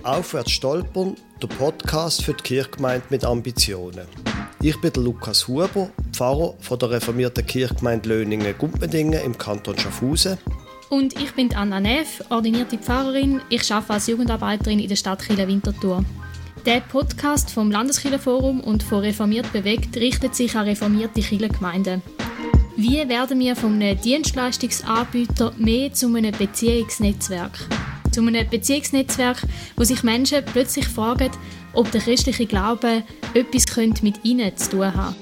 «Aufwärts stolpern», der Podcast für die Kirchgemeinde mit Ambitionen. Ich bin der Lukas Huber, Pfarrer von der reformierten Kirchgemeinde Löningen-Gumpendingen im Kanton Schaffhausen. Und ich bin Anna Neff, ordinierte Pfarrerin. Ich arbeite als Jugendarbeiterin in der Stadtkirche Winterthur. Der Podcast vom Landeskirchenforum und von «Reformiert bewegt» richtet sich an reformierte Kirchengemeinden. Wie werden wir von einem Dienstleistungsanbieter mehr zu einem Beziehungsnetzwerk? Zu einem Beziehungsnetzwerk, wo sich Menschen plötzlich fragen, ob der christliche Glaube etwas mit ihnen zu tun haben.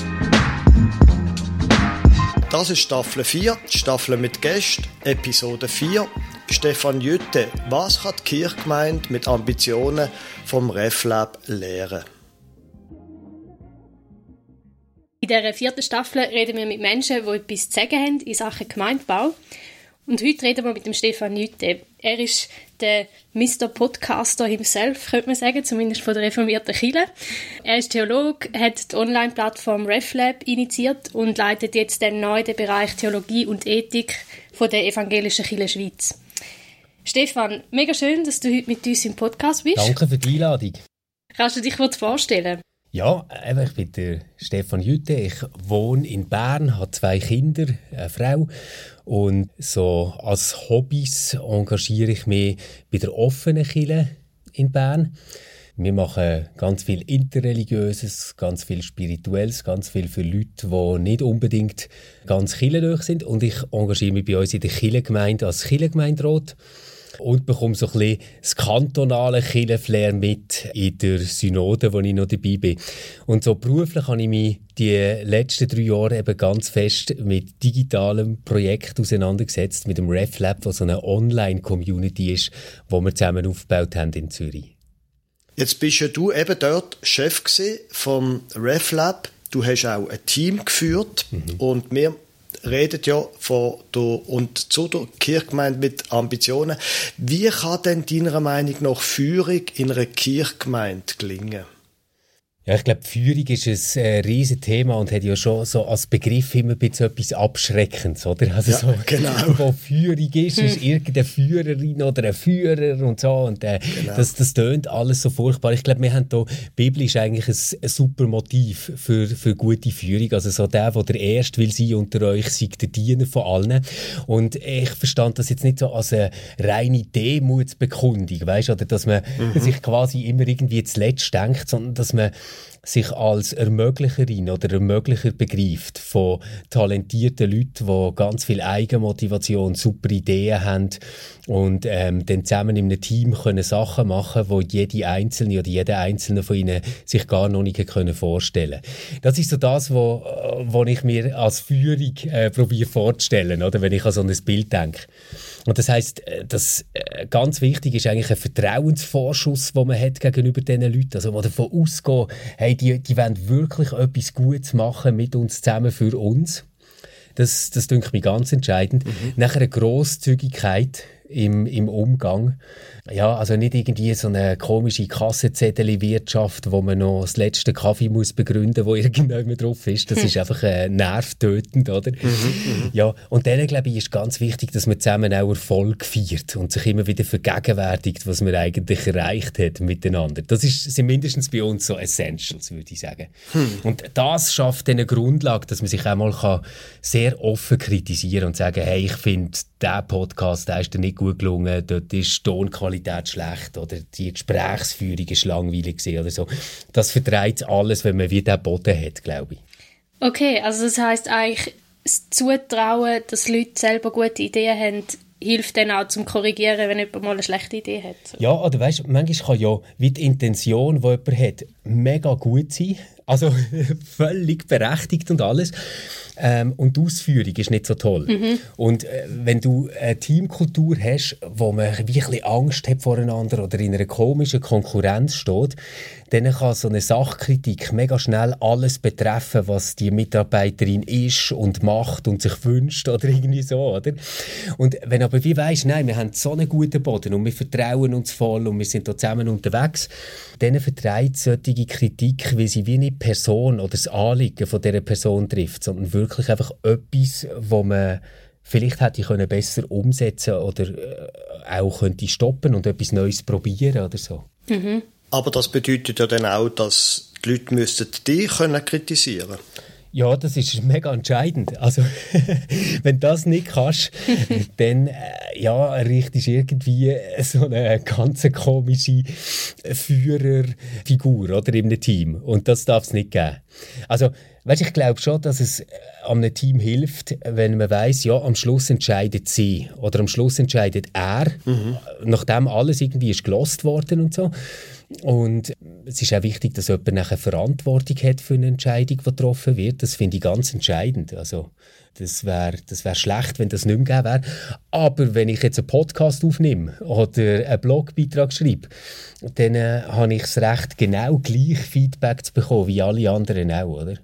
Das ist Staffel 4, Staffel mit Gästen, Episode 4. Stefan Jütte, was kann die Kirchgemeinde mit Ambitionen vom RefLab lernen? In dieser 4. Staffel reden wir mit Menschen, die etwas zu sagen haben in Sachen Gemeindebau. Und heute reden wir mit dem Stefan Jütte. Er ist der Mr. Podcaster himself, könnte man sagen, zumindest von der reformierten Kirche. Er ist Theologe, hat die Online-Plattform RefLab initiiert und leitet jetzt den neuen Bereich Theologie und Ethik von der Evangelischen Kirche Schweiz. Stefan, mega schön, dass du heute mit uns im Podcast bist. Danke für die Einladung. Kannst du dich kurz vorstellen? Ja, ich bin der Stefan Jütte. Ich wohne in Bern, habe 2 Kinder, eine Frau. Und so als Hobbys engagiere ich mich bei der offenen Kirche in Bern. Wir machen ganz viel Interreligiöses, ganz viel Spirituelles, ganz viel für Leute, die nicht unbedingt ganz kirchennahe sind. Und ich engagiere mich bei uns in der Kirchengemeinde als Kirchengemeinderat. Und bekomme so ein bisschen das kantonale Kirchenflair mit in der Synode, wo ich noch dabei bin. Und so beruflich habe ich mich die letzten 3 Jahre eben ganz fest mit digitalem Projekt auseinandergesetzt, mit dem RefLab, was so eine Online-Community ist, die wir zusammen aufgebaut haben in Zürich. Jetzt bist ja du eben dort Chef vom RefLab. Du hast auch ein Team geführt und wir redet ja von der und zu der Kirchgemeinde mit Ambitionen. Wie kann denn deiner Meinung nach Führung in einer Kirchgemeinde gelingen? Ja, ich glaube, Führung ist ein riesiges Thema und hat ja schon so als Begriff immer ein bisschen etwas Abschreckendes, oder? Also ja, so, genau. Wo Führung ist irgendeine Führerin oder ein Führer und so. Und genau. Das tönt alles so furchtbar. Ich glaube, wir haben hier biblisch eigentlich ein super Motiv für gute Führung. Also so der Erste will sein unter euch, sei der Diener von allen. Und ich verstand das jetzt nicht so als eine reine Demutsbekundung, weißt? Oder dass man sich quasi immer irgendwie zuletzt denkt, sondern dass man sich als Ermöglicherin oder Ermöglicher begreift von talentierten Leuten, die ganz viel Eigenmotivation, super Ideen haben und dann zusammen in einem Team können Sachen machen, die jede Einzelne oder jeder Einzelne von ihnen sich gar noch nicht vorstellen können. Das ist so das, was ich mir als Führung probiere vorzustellen, oder, wenn ich an so ein Bild denke. Und das heisst, dass ganz wichtig ist eigentlich ein Vertrauensvorschuss, den man hat gegenüber diesen Leuten. Also, wo davon ausgehen, hey, die wollen wirklich etwas Gutes machen mit uns zusammen für uns. Das denke ich ganz entscheidend. Nachher eine Grosszügigkeit im Umgang. Ja, also nicht irgendwie so eine komische Kassenzettelwirtschaft, wo man noch das letzte Kaffee muss begründen, wo irgendjemand drauf ist. Das ist einfach nervtötend, oder? Ja, und dann, glaube ich, ist ganz wichtig, dass man zusammen auch Erfolg feiert und sich immer wieder vergegenwärtigt, was man eigentlich erreicht hat miteinander. Das sind mindestens bei uns so Essentials, würde ich sagen. Und das schafft dann eine Grundlage, dass man sich auch mal sehr offen kritisieren kann und sagen, hey, ich finde, der Podcast, der ist dir nicht gut gelungen, dort ist die Tonqualität schlecht oder die Gesprächsführung ist langweilig oder so. Das vertreibt alles, wenn man wie diesen Boden hat, glaube ich. Okay, also das heisst eigentlich, das Zutrauen, dass Leute selber gute Ideen haben, hilft dann auch zum Korrigieren, wenn jemand mal eine schlechte Idee hat. Ja, oder weißt, manchmal kann ja wie die Intention, die jemand hat, mega gut sein. Also völlig berechtigt und alles. Und die Ausführung ist nicht so toll. Und wenn du eine Teamkultur hast, wo man wie ein bisschen Angst hat voreinander oder in einer komischen Konkurrenz steht, dann kann so eine Sachkritik mega schnell alles betreffen, was die Mitarbeiterin ist und macht und sich wünscht oder irgendwie so, oder? Und wenn aber wie weisst, nein, wir haben so einen guten Boden und wir vertrauen uns voll und wir sind da zusammen unterwegs, dann vertreibt solche Kritik, weil sie wie nicht die Person oder das Anliegen von dieser Person trifft, sondern wirklich einfach etwas, wo man vielleicht hätte ich besser umsetzen oder auch könnte stoppen und etwas Neues probieren oder so. Mhm. Aber das bedeutet ja dann auch, dass die Leute dich kritisieren können. Ja, das ist mega entscheidend. Also, wenn du das nicht kannst, dann richtest du irgendwie so eine ganz komische Führerfigur oder, in einem Team. Und das darf es nicht geben. Also, weißt, ich glaube schon, dass es einem Team hilft, wenn man weiss, ja, am Schluss entscheidet sie oder am Schluss entscheidet er, nachdem alles irgendwie ist gelost worden und so. Und es ist auch wichtig, dass jemand nachher Verantwortung hat für eine Entscheidung, die getroffen wird. Das finde ich ganz entscheidend. Also, das wär schlecht, wenn das nicht mehr gegeben wäre. Aber wenn ich jetzt einen Podcast aufnehme oder einen Blogbeitrag schreibe, dann habe ich das Recht, genau gleich Feedback zu bekommen wie alle anderen auch, oder?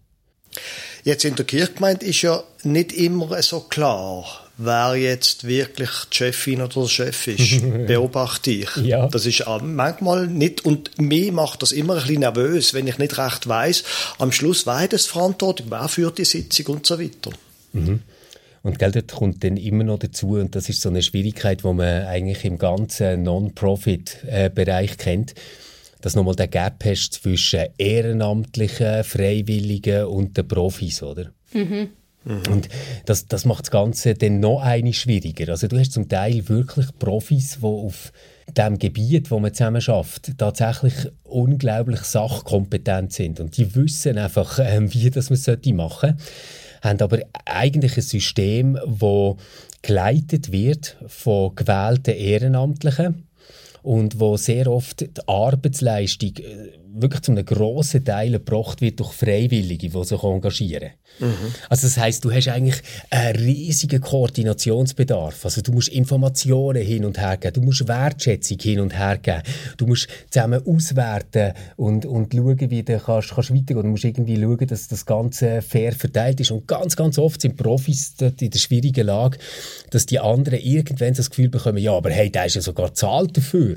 Jetzt in der Kirchgemeinde ist ja nicht immer so klar, wer jetzt wirklich die Chefin oder der Chef ist. Beobachte ich. Ja. Das ist manchmal nicht, und mich macht das immer ein bisschen nervös, wenn ich nicht recht weiss, am Schluss wer hat das Verantwortung, wer führt die Sitzung und so weiter. Mhm. Und gell, dort kommt dann immer noch dazu, und das ist so eine Schwierigkeit, die man eigentlich im ganzen Non-Profit-Bereich kennt, dass du nochmal den Gap hast zwischen Ehrenamtlichen, Freiwilligen und den Profis, oder? Mhm. Und das macht das Ganze dann noch einmal schwieriger. Also du hast zum Teil wirklich Profis, die auf dem Gebiet, wo man zusammen arbeitet, tatsächlich unglaublich sachkompetent sind. Und die wissen einfach, wie das man machen sollte, haben aber eigentlich ein System, das geleitet wird von gewählten Ehrenamtlichen, und wo sehr oft die Arbeitsleistung wirklich zu einem grossen Teil gebracht wird durch Freiwillige, die sich engagieren. Mhm. Also das heisst, du hast eigentlich einen riesigen Koordinationsbedarf. Also du musst Informationen hin und her geben, du musst Wertschätzung hin und her geben, du musst zusammen auswerten und schauen, wie du kannst weitergehen. Du musst irgendwie schauen, dass das Ganze fair verteilt ist. Und ganz, ganz oft sind Profis dort in der schwierigen Lage, dass die anderen irgendwann das Gefühl bekommen, ja, aber hey, der ist ja sogar bezahlt dafür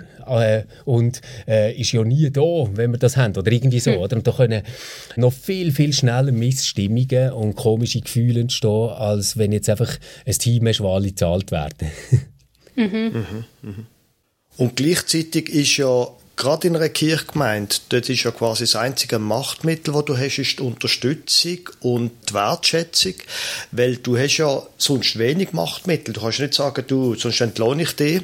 und ist ja nie da, wenn wir das haben, oder irgendwie so. Oder? Und da können noch viel, viel schneller Missstimmungen und komische Gefühle entstehen, als wenn jetzt einfach ein Team hast, wo alle gezahlt werden. Und gleichzeitig ist ja gerade in einer Kirchgemeinde, dort ist ja quasi das einzige Machtmittel, das du hast, ist die Unterstützung und die Wertschätzung, weil du hast ja sonst wenig Machtmittel. Du kannst nicht sagen, sonst entlohne ich dich.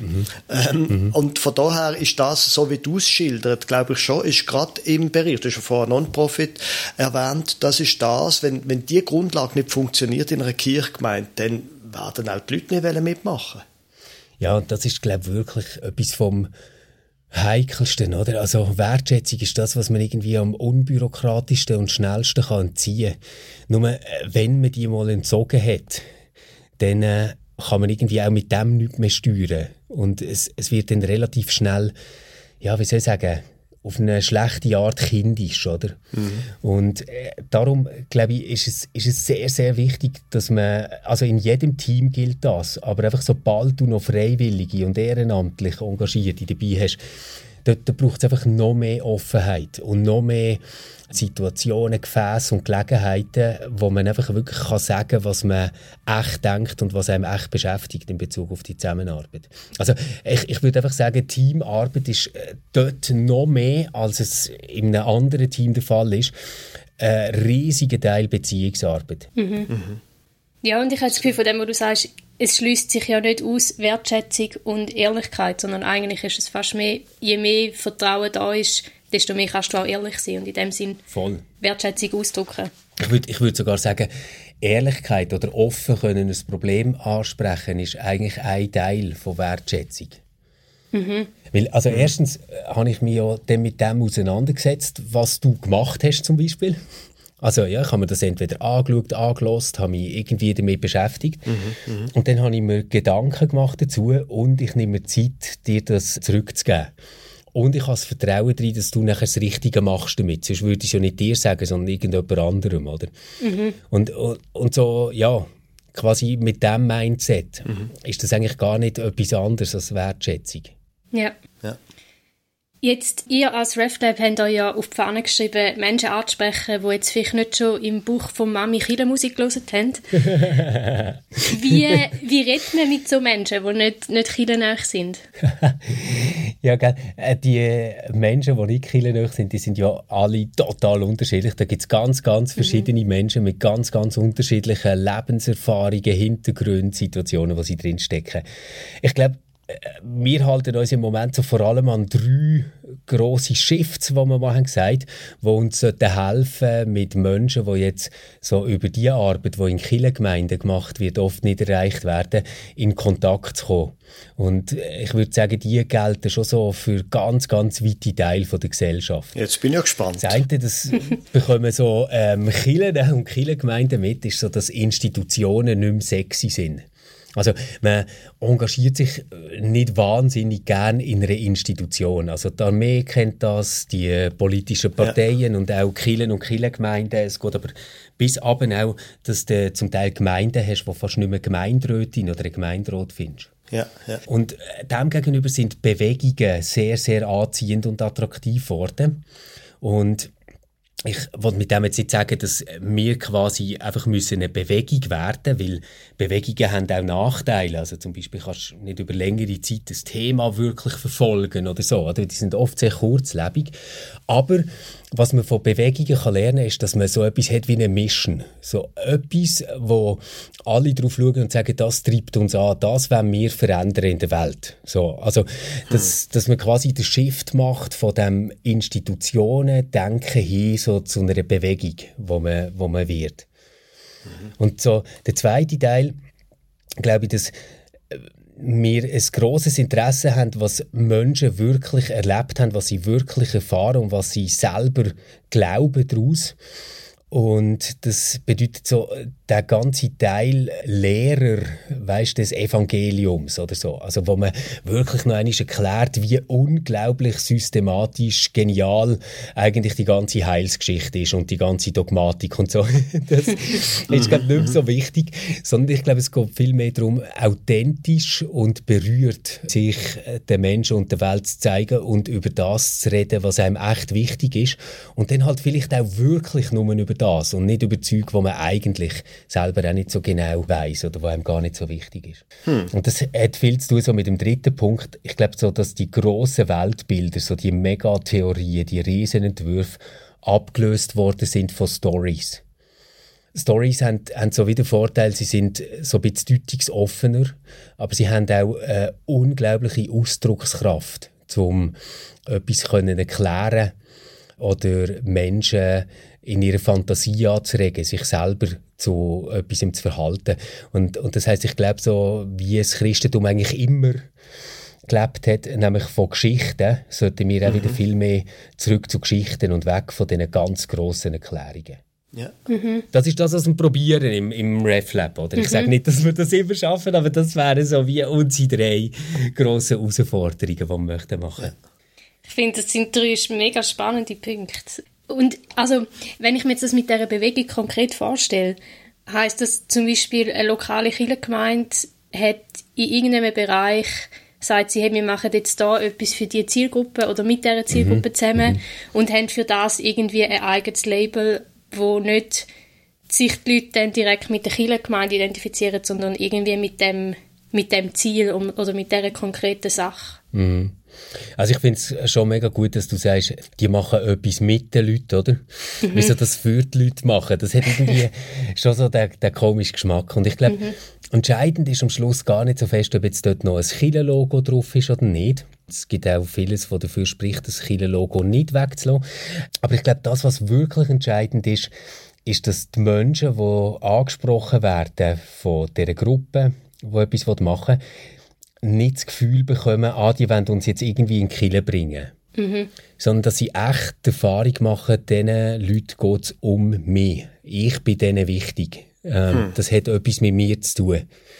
Und von daher ist das, so wie du es schilderst, glaube ich schon, ist gerade im Bereich, du hast ja vorher Non-Profit erwähnt, das ist das, wenn die Grundlage nicht funktioniert in einer Kirchgemeinde, dann werden auch die Leute nicht mitmachen. Ja, und das ist, glaube ich, wirklich etwas vom Heikelsten, oder? Also Wertschätzung ist das, was man irgendwie am unbürokratischsten und schnellsten entziehen kann. Nur wenn man die mal entzogen hat, dann kann man irgendwie auch mit dem nichts mehr steuern. Und es wird dann relativ schnell, ja, wie soll ich sagen, auf eine schlechte Art kindisch, oder? Und darum, glaube ich, ist es sehr, sehr wichtig, dass man, also in jedem Team gilt das, aber einfach sobald du noch Freiwillige und ehrenamtlich Engagierte dabei hast, da braucht es einfach noch mehr Offenheit und noch mehr Situationen, Gefäße und Gelegenheiten, wo man einfach wirklich kann sagen, was man echt denkt und was einem echt beschäftigt in Bezug auf die Zusammenarbeit. Also ich würde einfach sagen, Teamarbeit ist dort noch mehr, als es in einem anderen Team der Fall ist, ein riesiger Teil Beziehungsarbeit. Ja, und ich habe das Gefühl von dem, was du sagst, es schließt sich ja nicht aus Wertschätzung und Ehrlichkeit, sondern eigentlich ist es fast mehr, je mehr Vertrauen da ist, desto mehr kannst du auch ehrlich sein und in dem Sinn voll Wertschätzung ausdrücken. Ich würde sogar sagen, Ehrlichkeit oder offen können ein Problem ansprechen, ist eigentlich ein Teil von Wertschätzung. Weil, also erstens habe ich mich ja dann mit dem auseinandergesetzt, was du gemacht hast zum Beispiel. Also ja, ich habe mir das entweder angeschaut, angehört, habe mich irgendwie damit beschäftigt. Und dann habe ich mir Gedanken gemacht dazu und ich nehme mir Zeit, dir das zurückzugeben. Und ich habe das Vertrauen darin, dass du nachher das Richtige machst damit. Sonst würde ich es ja nicht dir sagen, sondern irgendjemand anderem, oder? Und so, ja, quasi mit diesem Mindset ist das eigentlich gar nicht etwas anderes als Wertschätzung. Ja. Jetzt, ihr als RefLab habt euch ja auf die Fahne geschrieben, Menschen anzusprechen, die jetzt vielleicht nicht schon im Buch von Mami Kirchenmusik gehört haben. Wie redet man mit so Menschen, die nicht kirchennah sind? Ja, gell. Die Menschen, die nicht kirchennah sind, die sind ja alle total unterschiedlich. Da gibt es ganz, ganz verschiedene Menschen mit ganz, ganz unterschiedlichen Lebenserfahrungen, Hintergründen, Situationen, wo sie drinstecken. Ich glaube, wir halten uns im Moment so vor allem an 3 grosse Shifts, die wir mal haben gesagt, die uns helfen mit Menschen, die jetzt so über die Arbeit, die in Kirchengemeinden gemacht wird, oft nicht erreicht werden, in Kontakt zu kommen. Und ich würde sagen, die gelten schon so für ganz, ganz weite Teile der Gesellschaft. Jetzt bin ich gespannt. Das eine, das bekommen so Kirchen und Kirchengemeinden mit, ist so, dass Institutionen nicht mehr sexy sind. Also man engagiert sich nicht wahnsinnig gern in einer Institution. Also die Armee kennt das, die politischen Parteien und auch Kirchen und Kirchengemeinden. Es geht aber bis aber auch, dass du zum Teil Gemeinden hast, wo fast nicht mehr Gemeinderätin oder einen Gemeinderat findest. Ja. Und demgegenüber sind Bewegungen sehr, sehr anziehend und attraktiv geworden. Und ich wollte mit dem jetzt nicht sagen, dass wir quasi einfach eine Bewegung werden müssen, weil Bewegungen haben auch Nachteile. Also zum Beispiel kannst du nicht über längere Zeit das Thema wirklich verfolgen oder so. Oder? Die sind oft sehr kurzlebig. Aber was man von Bewegungen lernen kann, ist, dass man so etwas hat wie eine Mission. So etwas, wo alle drauf schauen und sagen, das treibt uns an, das wollen wir verändern in der Welt. So, also, dass man quasi den Shift macht von dem Institutionen-Denken hin so zu einer Bewegung, wo man wird. Und so der zweite Teil, glaube ich, dass wir ein grosses Interesse haben, was Menschen wirklich erlebt haben, was sie wirklich erfahren und was sie selber glauben daraus. Und das bedeutet so, der ganze Teil Lehrer, weisst, des Evangeliums oder so. Also, wo man wirklich noch einmal erklärt, wie unglaublich systematisch, genial eigentlich die ganze Heilsgeschichte ist und die ganze Dogmatik und so. Das ist, glaube ich, nicht mehr so wichtig, sondern ich glaube, es geht viel mehr darum, authentisch und berührt sich den Menschen und der Welt zu zeigen und über das zu reden, was einem echt wichtig ist. Und dann halt vielleicht auch wirklich nur über das und nicht über Zeug, wo man eigentlich selber auch nicht so genau weiss oder wo einem gar nicht so wichtig ist. Und das hat viel zu tun so mit dem dritten Punkt. Ich glaube so, dass die grossen Weltbilder, so die Megatheorien, die Riesenentwürfe abgelöst worden sind von Stories. Stories haben so wieder Vorteil, sie sind so ein bisschen deutungsoffener, aber sie haben auch eine unglaubliche Ausdruckskraft, um etwas erklären oder Menschen in ihrer Fantasie anzuregen, sich selber zu etwas zu verhalten. Und das heisst, ich glaube, so wie das Christentum eigentlich immer gelebt hat, nämlich von Geschichten, sollten wir auch wieder viel mehr zurück zu Geschichten und weg von diesen ganz grossen Erklärungen. Ja. Das ist das, was wir probieren im RefLab. Oder? Ich sage nicht, dass wir das immer schaffen, aber das wären so wie unsere 3 grossen Herausforderungen, die wir machen möchten. Ja. Ich finde, das sind 3 mega spannende Punkte. Und also, wenn ich mir jetzt das mit dieser Bewegung konkret vorstelle, heisst das zum Beispiel, eine lokale Kirchengemeinde hat in irgendeinem Bereich sagt sie, hey, wir machen jetzt da etwas für diese Zielgruppe oder mit dieser Zielgruppe zusammen und haben für das irgendwie ein eigenes Label, wo nicht sich die Leute dann direkt mit der Kirchengemeinde identifizieren, sondern irgendwie mit dem Ziel oder mit dieser konkreten Sache. Also ich finde es schon mega gut, dass du sagst, die machen etwas mit den Leuten, oder? Wieso das für die Leute machen, das hat irgendwie schon so den komischen Geschmack. Und ich glaube, entscheidend ist am Schluss gar nicht so fest, ob jetzt dort noch ein Kirchenlogo drauf ist oder nicht. Es gibt auch vieles, das dafür spricht, das Kirchenlogo nicht wegzulassen. Aber ich glaube, das, was wirklich entscheidend ist, dass die Menschen, die angesprochen werden von dieser Gruppe, die etwas machen wollen, nicht das Gefühl bekommen, die wollen uns jetzt irgendwie in die Kirche bringen. Sondern dass sie echt die Erfahrung machen, diesen Leuten geht es um mich. Ich bin denen wichtig. Das hat etwas mit mir zu tun.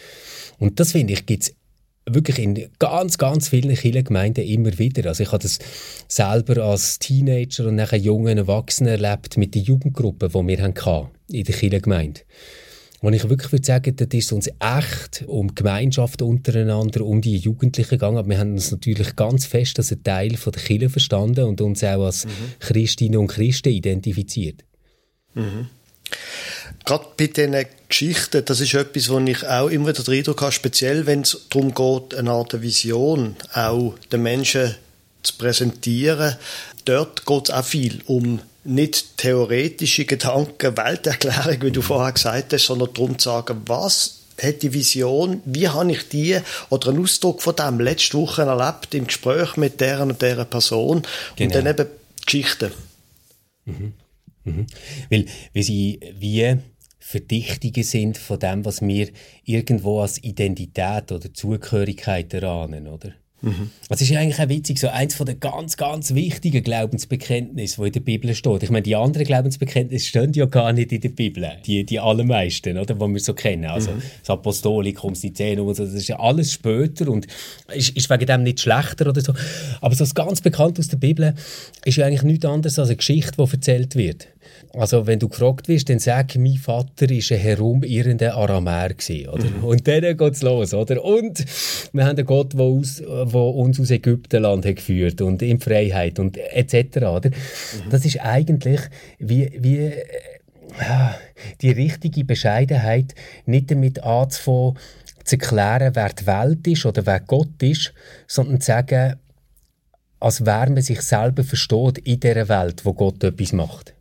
Und das, finde ich, gibt es wirklich in ganz, ganz vielen Kirchengemeinden immer wieder. Also ich habe das selber als Teenager und nachher jungen Erwachsenen erlebt mit den Jugendgruppen, die wir hatten in der Kirchengemeinde. wo ich wirklich würde sagen, das ist uns echt um Gemeinschaft untereinander, um die Jugendlichen gegangen. Aber wir haben uns natürlich ganz fest als ein Teil von der Kirche verstanden und uns auch als Christinnen und Christen identifiziert. Mhm. Gerade bei diesen Geschichten, das ist etwas, wo ich auch immer wieder den Eindruck habe, speziell wenn es darum geht, eine Art Vision auch den Menschen zu präsentieren. Dort geht es auch viel um nicht theoretische Gedanken, Welterklärung, wie du vorher gesagt hast, sondern darum zu sagen, was hat die Vision, wie habe ich die oder einen Ausdruck von dem letzte Woche erlebt im Gespräch mit der und der Person. Genau. Und dann eben Geschichten. Weil sie wie Verdichtungen sind von dem, was wir irgendwo als Identität oder Zugehörigkeit erahnen, oder? Das ist ja eigentlich auch witzig, so eins von den ganz, ganz wichtigen Glaubensbekenntnissen, die in der Bibel steht. Ich meine, die anderen Glaubensbekenntnisse stehen ja gar nicht in der Bibel, die allermeisten, oder, die wir so kennen. Also das Apostolikum, das Nizenum und so, das ist ja alles später und ist wegen dem nicht schlechter oder so. Aber so das ganz bekannt aus der Bibel ist ja eigentlich nichts anderes als eine Geschichte, die erzählt wird. Also wenn du gefragt wirst, dann sag, mein Vater war ein herumirrender Aramäer gewesen, oder? Und dann geht's los, oder? Und wir haben einen Gott, der uns aus Ägyptenland hat geführt und in Freiheit und etc., oder? Das ist eigentlich wie die richtige Bescheidenheit, nicht damit anzufangen, zu erklären, wer die Welt ist oder wer Gott ist, sondern zu sagen, als wer man sich selber versteht in dieser Welt, wo Gott etwas macht.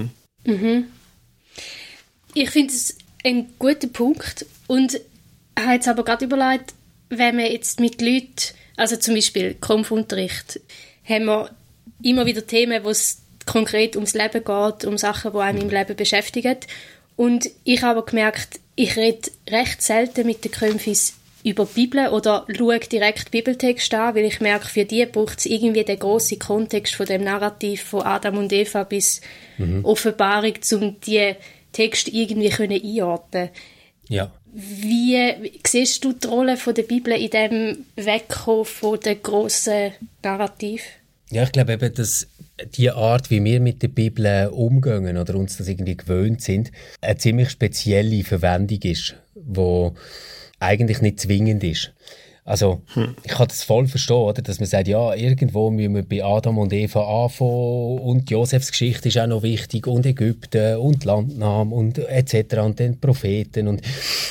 Ich finde es ein guter Punkt und habe jetzt aber gerade überlegt, wenn wir jetzt mit Leuten, also zum Beispiel Kampfunterricht, haben wir immer wieder Themen, wo es konkret ums Leben geht, um Sachen, die einem im Leben beschäftigen. Und ich habe aber gemerkt, ich rede recht selten mit den Krömfis über die Bibel oder schaue direkt Bibeltext an, weil ich merke, für die braucht es irgendwie den grossen Kontext von dem Narrativ von Adam und Eva bis Offenbarung, um die Texte irgendwie einordnen. Ja. Wie siehst du die Rolle von der Bibel in dem Wegkommen von dem grossen Narrativ? Ja, ich glaube eben, dass die Art, wie wir mit der Bibel umgehen oder uns das irgendwie gewöhnt sind, eine ziemlich spezielle Verwendung ist, die eigentlich nicht zwingend ist. Also, ich kann das voll verstehen, oder? Dass man sagt, ja, irgendwo müssen wir bei Adam und Eva anfangen und Josefs Geschichte ist auch noch wichtig und Ägypten und Landnahme und etc. und den Propheten und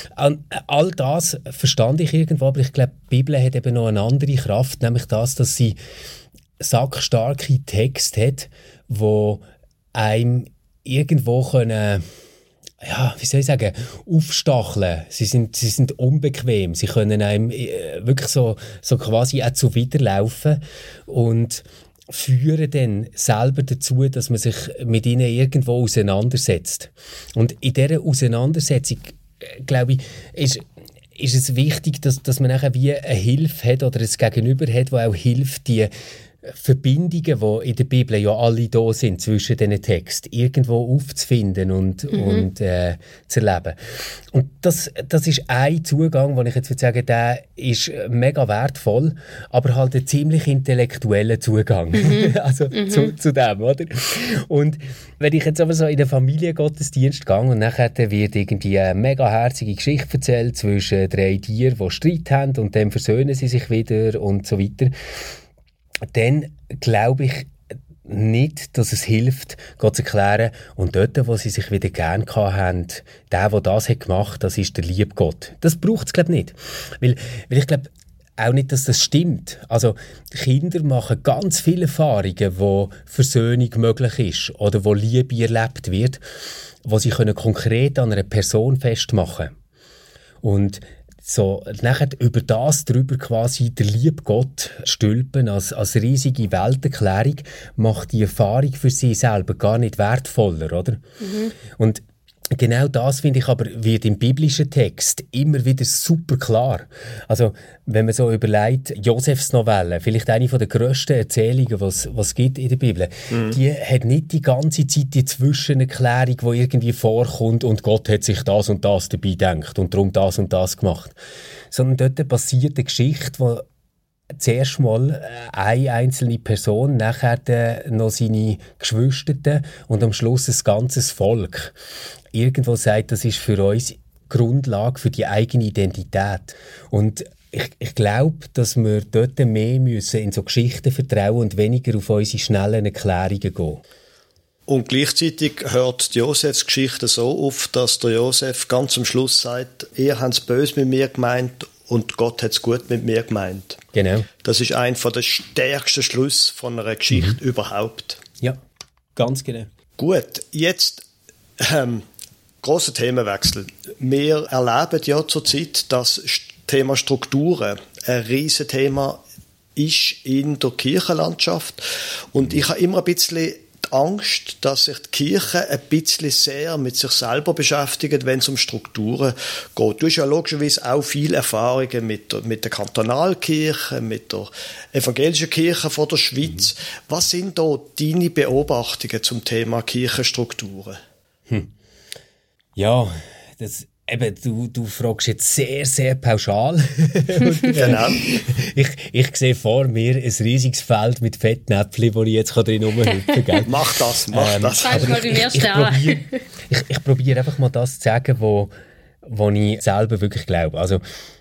all das verstand ich irgendwo, aber ich glaube, die Bibel hat eben noch eine andere Kraft, nämlich das, dass sie sackstarke Texte hat, die einem irgendwo können, ja, wie soll ich sagen, aufstacheln. Sie sind unbequem. Sie können einem wirklich so quasi auch zuwiderlaufen und führen dann selber dazu, dass man sich mit ihnen irgendwo auseinandersetzt. Und in dieser Auseinandersetzung, glaube ich, ist es wichtig, dass man nachher wie eine Hilfe hat oder ein Gegenüber hat, das auch hilft, die Verbindungen, die in der Bibel ja alle da sind, zwischen diesen Texten, irgendwo aufzufinden und zu erleben. Und das ist ein Zugang, den ich jetzt würde sagen, der ist mega wertvoll, aber halt ein ziemlich intellektueller Zugang. Also zu dem, oder? Und wenn ich jetzt aber so in den Familiengottesdienst gehe und nachher wird irgendwie eine mega herzige Geschichte erzählt zwischen 3 Tieren, die Streit haben und dann versöhnen sie sich wieder und so weiter, dann glaube ich nicht, dass es hilft, Gott zu erklären, und dort, wo sie sich wieder gern haben, der das hat gemacht, das ist der liebe Gott. Das braucht es, glaube ich, nicht. Weil ich glaube auch nicht, dass das stimmt. Also Kinder machen ganz viele Erfahrungen, wo Versöhnung möglich ist oder wo Liebe erlebt wird, wo sie können konkret an einer Person festmachen können. Und so, nachher über das drüber quasi der liebe Gott stülpen als riesige Welterklärung macht die Erfahrung für sie selber gar nicht wertvoller, oder? Und genau das, finde ich, aber wird im biblischen Text immer wieder super klar. Also, wenn man so überlegt, Josefs Novelle, vielleicht eine der grössten Erzählungen, was gibt in der Bibel, die hat nicht die ganze Zeit die Zwischenerklärung, die irgendwie vorkommt und Gott hat sich das und das dabei gedacht und darum das und das gemacht. Sondern dort passiert eine Geschichte, wo zuerst mal eine einzelne Person, nachher noch seine Geschwister und am Schluss ein ganzes Volk irgendwo sagt, das ist für uns Grundlage für die eigene Identität. Und ich glaube, dass wir dort mehr müssen in so Geschichten vertrauen und weniger auf unsere schnellen Erklärungen gehen. Und gleichzeitig hört die Josefs Geschichte so auf, dass der Josef ganz am Schluss sagt, ihr habt es böse mit mir gemeint und Gott hat es gut mit mir gemeint. Genau. Das ist einer der stärksten Schlüsse von einer Geschichte überhaupt. Ja, ganz genau. Gut, jetzt grosser Themenwechsel. Wir erleben ja zurzeit, dass Thema Strukturen ein Riesenthema ist in der Kirchenlandschaft. Und ich habe immer ein bisschen die Angst, dass sich die Kirche ein bisschen sehr mit sich selber beschäftigt, wenn es um Strukturen geht. Du hast ja logischerweise auch viele Erfahrungen mit der Kantonalkirche, mit der evangelischen Kirche von der Schweiz. Was sind da deine Beobachtungen zum Thema Kirchenstrukturen? Ja, eben, du fragst jetzt sehr, sehr pauschal. Genau. Ich sehe vor mir ein riesiges Feld mit Fettnäpfchen, wo ich jetzt drin rumhüpfen kann. Mach das. Ich probiere einfach mal das zu sagen, wo ich selber wirklich glaube. Also,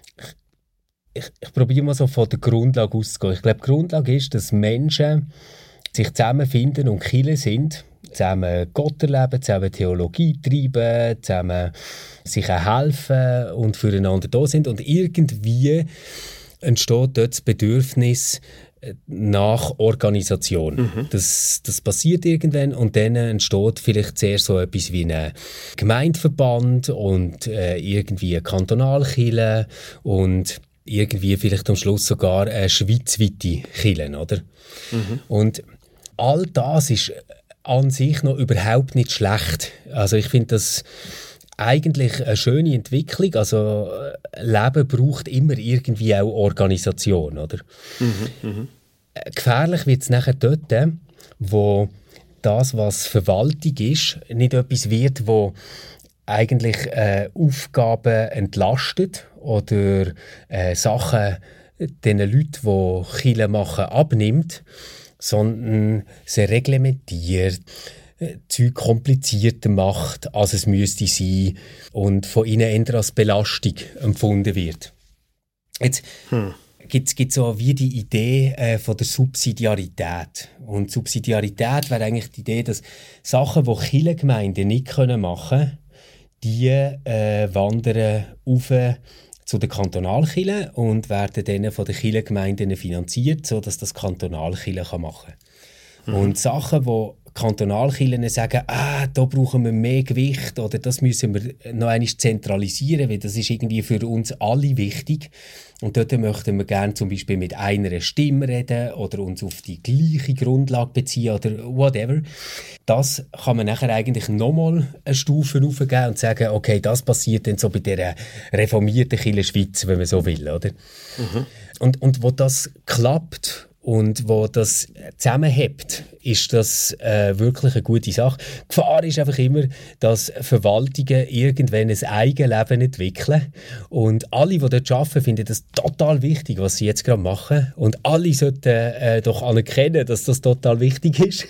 ich probiere mal so von der Grundlage auszugehen. Ich glaube, die Grundlage ist, dass Menschen sich zusammenfinden und Kirche sind, zusammen Gott erleben, zusammen Theologie treiben, zusammen sich auch helfen und füreinander da sind. Und irgendwie entsteht dort das Bedürfnis nach Organisation. Das passiert irgendwann und dann entsteht vielleicht zuerst so etwas wie ein Gemeindeverband und irgendwie eine Kantonalkirche und irgendwie vielleicht am Schluss sogar eine schweizweite Kirche, oder? Und all das ist an sich noch überhaupt nicht schlecht. Also ich finde das eigentlich eine schöne Entwicklung. Also Leben braucht immer irgendwie auch Organisation, oder? Gefährlich wird es nachher dort, wo das, was Verwaltung ist, nicht etwas wird, wo eigentlich Aufgaben entlastet oder Sachen den Leuten, die Kirche machen, abnimmt, sondern sie reglementiert, Zeug komplizierter macht, als es müsste sein und von ihnen eher als Belastung empfunden wird. Jetzt gibt so wie die Idee von der Subsidiarität. Und Subsidiarität wäre eigentlich die Idee, dass Sachen, die Kirchengemeinden nicht machen können, die wandern auf zu den Kantonalkirchen und werden dann von den Kirchengemeinden finanziert, sodass das Kantonalkirche machen kann. Und Sachen, wo Kantonalkirchen sagen, da brauchen wir mehr Gewicht oder das müssen wir noch einmal zentralisieren, weil das ist irgendwie für uns alle wichtig. Und dort möchten wir gerne zum Beispiel mit einer Stimme reden oder uns auf die gleiche Grundlage beziehen oder whatever. Das kann man nachher eigentlich nochmal eine Stufe raufgeben und sagen, okay, das passiert dann so bei der reformierten Kirche Schweiz, wenn man so will, oder? Und wo das klappt und wo das zusammenhält, ist das wirklich eine gute Sache. Die Gefahr ist einfach immer, dass Verwaltungen irgendwann ein Eigenleben entwickeln und alle, die dort arbeiten, finden das total wichtig, was sie jetzt gerade machen und alle sollten doch anerkennen, dass das total wichtig ist.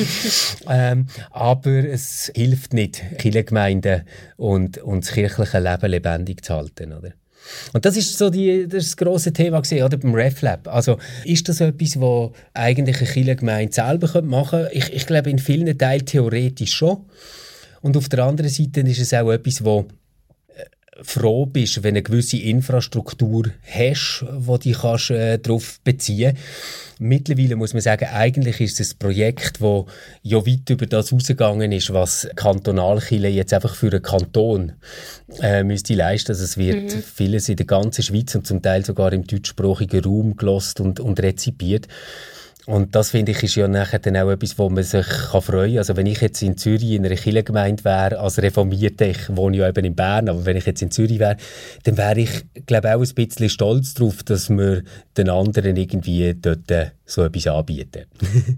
Aber es hilft nicht, Kirchengemeinden und das kirchliche Leben lebendig zu halten, oder? Und das ist so das grosse Thema gewesen, oder, beim RefLab. Also ist das etwas, was eigentlich eine Kirchengemeinde selber machen könnte? Ich glaube, in vielen Teilen theoretisch schon. Und auf der anderen Seite ist es auch etwas, wo froh bist, wenn du eine gewisse Infrastruktur hast, wo du dich darauf beziehen kannst. Mittlerweile muss man sagen, eigentlich ist es ein Projekt, das ja weit über das hinausgegangen ist, was Kantonalkirche jetzt einfach für einen Kanton müsste leisten. Also es wird vieles in der ganzen Schweiz und zum Teil sogar im deutschsprachigen Raum gelost und rezipiert. Und das, finde ich, ist ja nachher dann auch etwas, wo man sich freuen kann. Also wenn ich jetzt in Zürich in einer Kirchengemeinde wäre, als Reformierte, ich wohne ja eben in Bern, aber wenn ich jetzt in Zürich wäre, dann wäre ich, glaube ich, auch ein bisschen stolz darauf, dass wir den anderen irgendwie dort so etwas anbieten.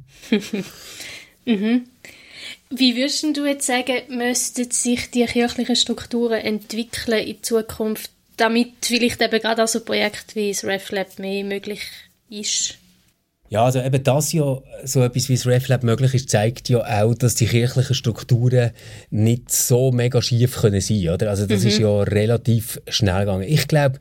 Wie würdest du jetzt sagen, müssten sich die kirchlichen Strukturen entwickeln in Zukunft, damit vielleicht eben gerade auch so Projekte wie das RefLab mehr möglich ist? Ja, also eben das ja, so etwas wie das RefLab möglich ist, zeigt ja auch, dass die kirchlichen Strukturen nicht so mega schief können sein, oder? Also das ist ja relativ schnell gegangen. Ich glaube,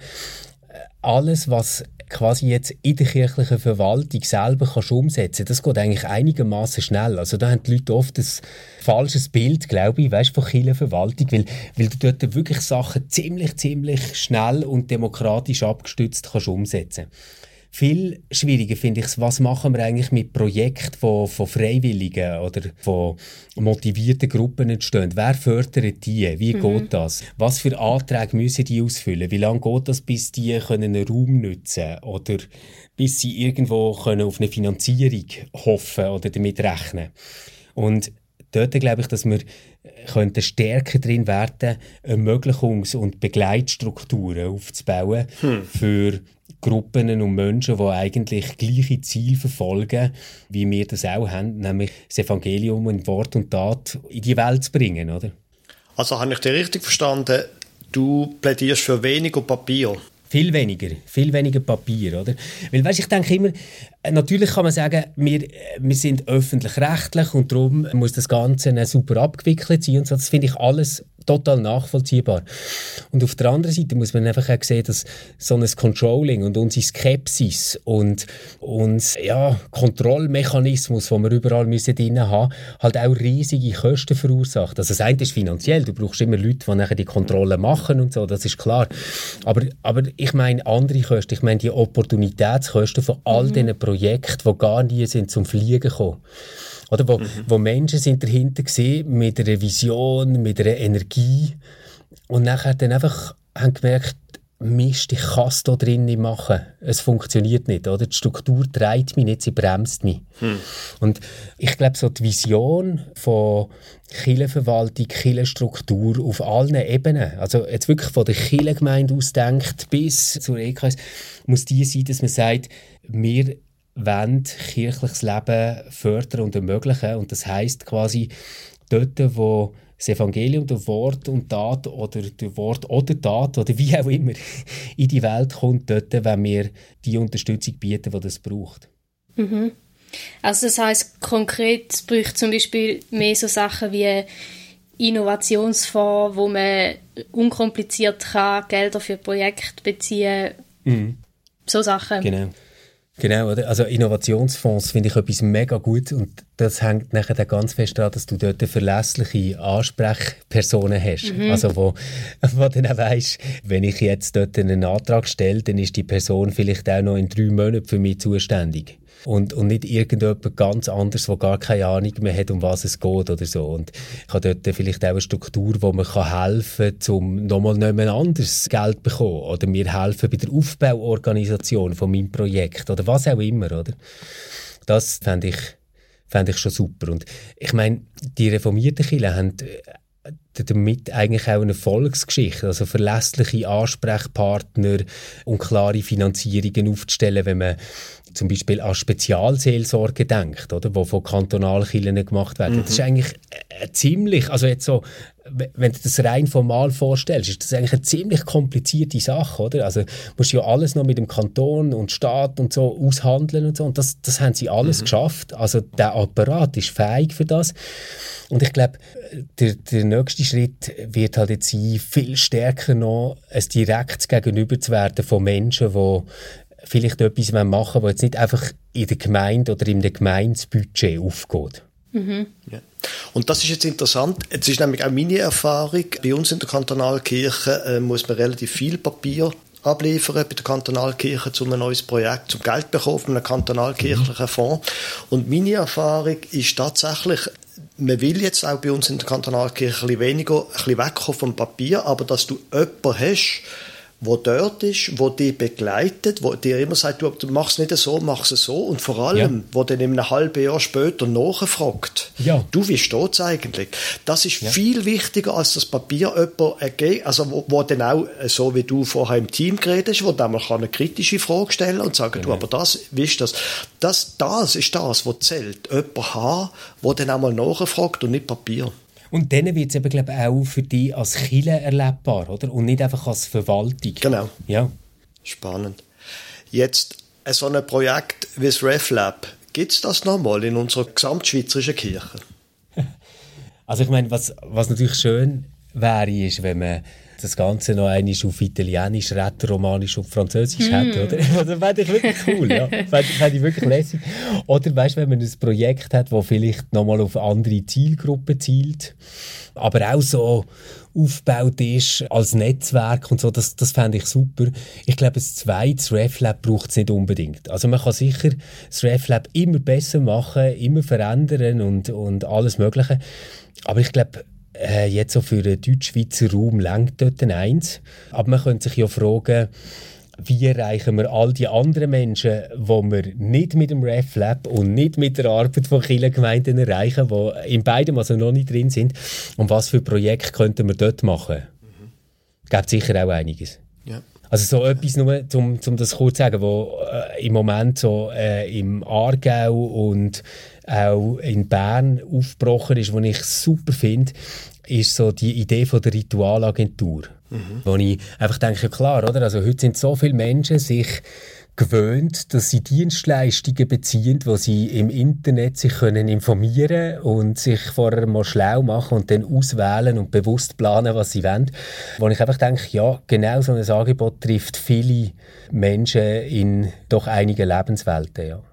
alles, was quasi jetzt in der kirchlichen Verwaltung selber kannst umsetzen, das geht eigentlich einigermaßen schnell. Also da haben die Leute oft ein falsches Bild, glaube ich, weißt, von Kirchenverwaltung, weil du dort wirklich Sachen ziemlich schnell und demokratisch abgestützt kannst umsetzen. Viel schwieriger finde ich es, was machen wir eigentlich mit Projekten von Freiwilligen oder von motivierten Gruppen entstehen. Wer fördert die? Wie geht das? Was für Anträge müssen die ausfüllen? Wie lange geht das, bis die einen Raum nutzen können? Oder bis sie irgendwo können auf eine Finanzierung hoffen oder damit rechnen? Und dort glaube ich, dass wir könnten stärker drin werden, Ermöglichungs- und Begleitstrukturen aufzubauen für Gruppen und Menschen, die eigentlich gleiche Ziele verfolgen, wie wir das auch haben, nämlich das Evangelium in Wort und Tat in die Welt zu bringen, oder? Also habe ich dich richtig verstanden, du plädierst für weniger Papier? Viel weniger Papier, oder? Weil, weißt, ich denke immer, natürlich kann man sagen, wir sind öffentlich-rechtlich und darum muss das Ganze super abgewickelt sein und so. Das finde ich alles total nachvollziehbar. Und auf der anderen Seite muss man einfach auch sehen, dass so ein Controlling und unsere Skepsis und ja, Kontrollmechanismus, den wir überall drin haben, halt auch riesige Kosten verursacht. Also das eine ist finanziell, du brauchst immer Leute, die nachher die Kontrollen machen und so, das ist klar. Aber ich meine andere Kosten, ich meine die Opportunitätskosten von all diesen Projekten, die gar nie sind zum Fliegen gekommen. Oder wo Menschen sind dahinter gesehen mit einer Vision, mit einer Energie und nachher dann einfach haben gemerkt, Mist, ich kann es hier drin nicht machen. Es funktioniert nicht, oder? Die Struktur treibt mich nicht, sie bremst mich. Und ich glaube, so die Vision von Kirchenverwaltung, Kirchenstruktur auf allen Ebenen, also jetzt wirklich von der Kirchengemeinde ausdenkt bis zur EKS, muss die sein, dass man sagt, wir wollen kirchliches Leben fördern und ermöglichen. Und das heisst quasi, dort, wo das Evangelium, der Wort und Tat oder der Wort oder Tat oder wie auch immer in die Welt kommt, dort wollen wir die Unterstützung bieten, die das braucht. Also das heisst konkret, es braucht zum Beispiel mehr so Sachen wie Innovationsfonds, wo man unkompliziert kann Gelder für Projekte beziehen kann. So Sachen. Genau, oder? Also Innovationsfonds finde ich etwas mega gut und das hängt nachher dann ganz fest daran, dass du dort verlässliche Ansprechpersonen hast. Also wo dann auch weisst, wenn ich jetzt dort einen Antrag stelle, dann ist die Person vielleicht auch noch in 3 Monaten für mich zuständig. Und nicht irgendjemand ganz anderes, der gar keine Ahnung mehr hat, um was es geht oder so. Und ich habe dort vielleicht auch eine Struktur, wo man helfen kann, um nochmal nicht mehr anderes Geld zu bekommen. Oder mir helfen bei der Aufbauorganisation von meinem Projekt oder was auch immer, oder? Das fände ich schon super. Und ich meine, die reformierten Kirchen haben damit eigentlich auch eine Erfolgsgeschichte, also verlässliche Ansprechpartner und klare Finanzierungen aufzustellen, wenn man zum Beispiel an Spezialseelsorge denkt, oder, wo von Kantonalkirchen gemacht werden. Das ist eigentlich ziemlich, also jetzt so, wenn du das rein formal vorstellst, ist das eigentlich eine ziemlich komplizierte Sache, oder? Also musst du ja alles noch mit dem Kanton und Staat und so aushandeln und so, und das haben sie alles geschafft. Also der Apparat ist fähig für das. Und ich glaube, der nächste Schritt wird halt jetzt sein, viel stärker noch ein direktes Gegenüber zu werden von Menschen, die vielleicht etwas machen wollen, was jetzt nicht einfach in der Gemeinde oder in dem Gemeindebudget aufgeht. Ja. Und das ist jetzt interessant. Jetzt ist nämlich auch meine Erfahrung. Bei uns in der Kantonalkirche muss man relativ viel Papier abliefern bei der Kantonalkirche, um ein neues Projekt, zum Geld bekommen von einem kantonalkirchlichen Fonds. Und meine Erfahrung ist tatsächlich, man will jetzt auch bei uns in der Kantonalkirche ein bisschen wegkommen vom Papier, aber dass du jemanden hast, der dort ist, der dich begleitet, der dir immer sagt, du machst es nicht so, mach es so, und vor allem, der dann in einem halben Jahr später nachfragt. Ja. Du, wie steht's eigentlich? Das ist viel wichtiger als das Papier, also wo dann auch, so wie du vorher im Team geredet hast, wo dann mal eine kritische Frage stellen und sagen, du, aber das, wie ist das? Das ist das, was zählt. Jemand haben, der dann auch mal nachfragt und nicht Papier. Und dann wird es eben, glaube ich, auch für dich als Kirche erlebbar, oder? Und nicht einfach als Verwaltung. Genau. Ja. Spannend. Jetzt so ein Projekt wie das RefLab, gibt es das nochmal in unserer gesamtschweizerischen Kirche? Also ich meine, was natürlich schön wäre, ist, wenn man das Ganze noch einmal auf Italienisch, Rätoromanisch und Französisch hat, oder? Das fände ich wirklich cool, ja. Fände ich wirklich lässig. Oder weißt, wenn man ein Projekt hat, das vielleicht nochmal auf andere Zielgruppen zielt, aber auch so aufgebaut ist als Netzwerk und so, das fände ich super. Ich glaube, ein zweites RefLab braucht es nicht unbedingt. Also man kann sicher das RefLab immer besser machen, immer verändern und alles Mögliche. Aber ich glaube, jetzt so für den Deutschschweizer Raum reicht dort eins. Aber man könnte sich ja fragen, wie erreichen wir all die anderen Menschen, die wir nicht mit dem RefLab und nicht mit der Arbeit von Kirchengemeinden erreichen, die in beidem also noch nicht drin sind. Und was für Projekte könnten wir dort machen? Es gibt sicher auch einiges. Ja. Also so etwas nur, um das kurz zu sagen, wo im Moment so im Aargau und auch in Bern aufgebrochen ist, was ich super finde, ist so die Idee von der Ritualagentur. Wo ich einfach denke, ja klar, oder? Also heute sind so viele Menschen sich gewöhnt, dass sie Dienstleistungen beziehen, wo sie im Internet sich können informieren und sich vorher mal schlau machen und dann auswählen und bewusst planen, was sie wollen. Wo ich einfach denke, ja, genau so ein Angebot trifft viele Menschen in doch einigen Lebenswelten. Ja.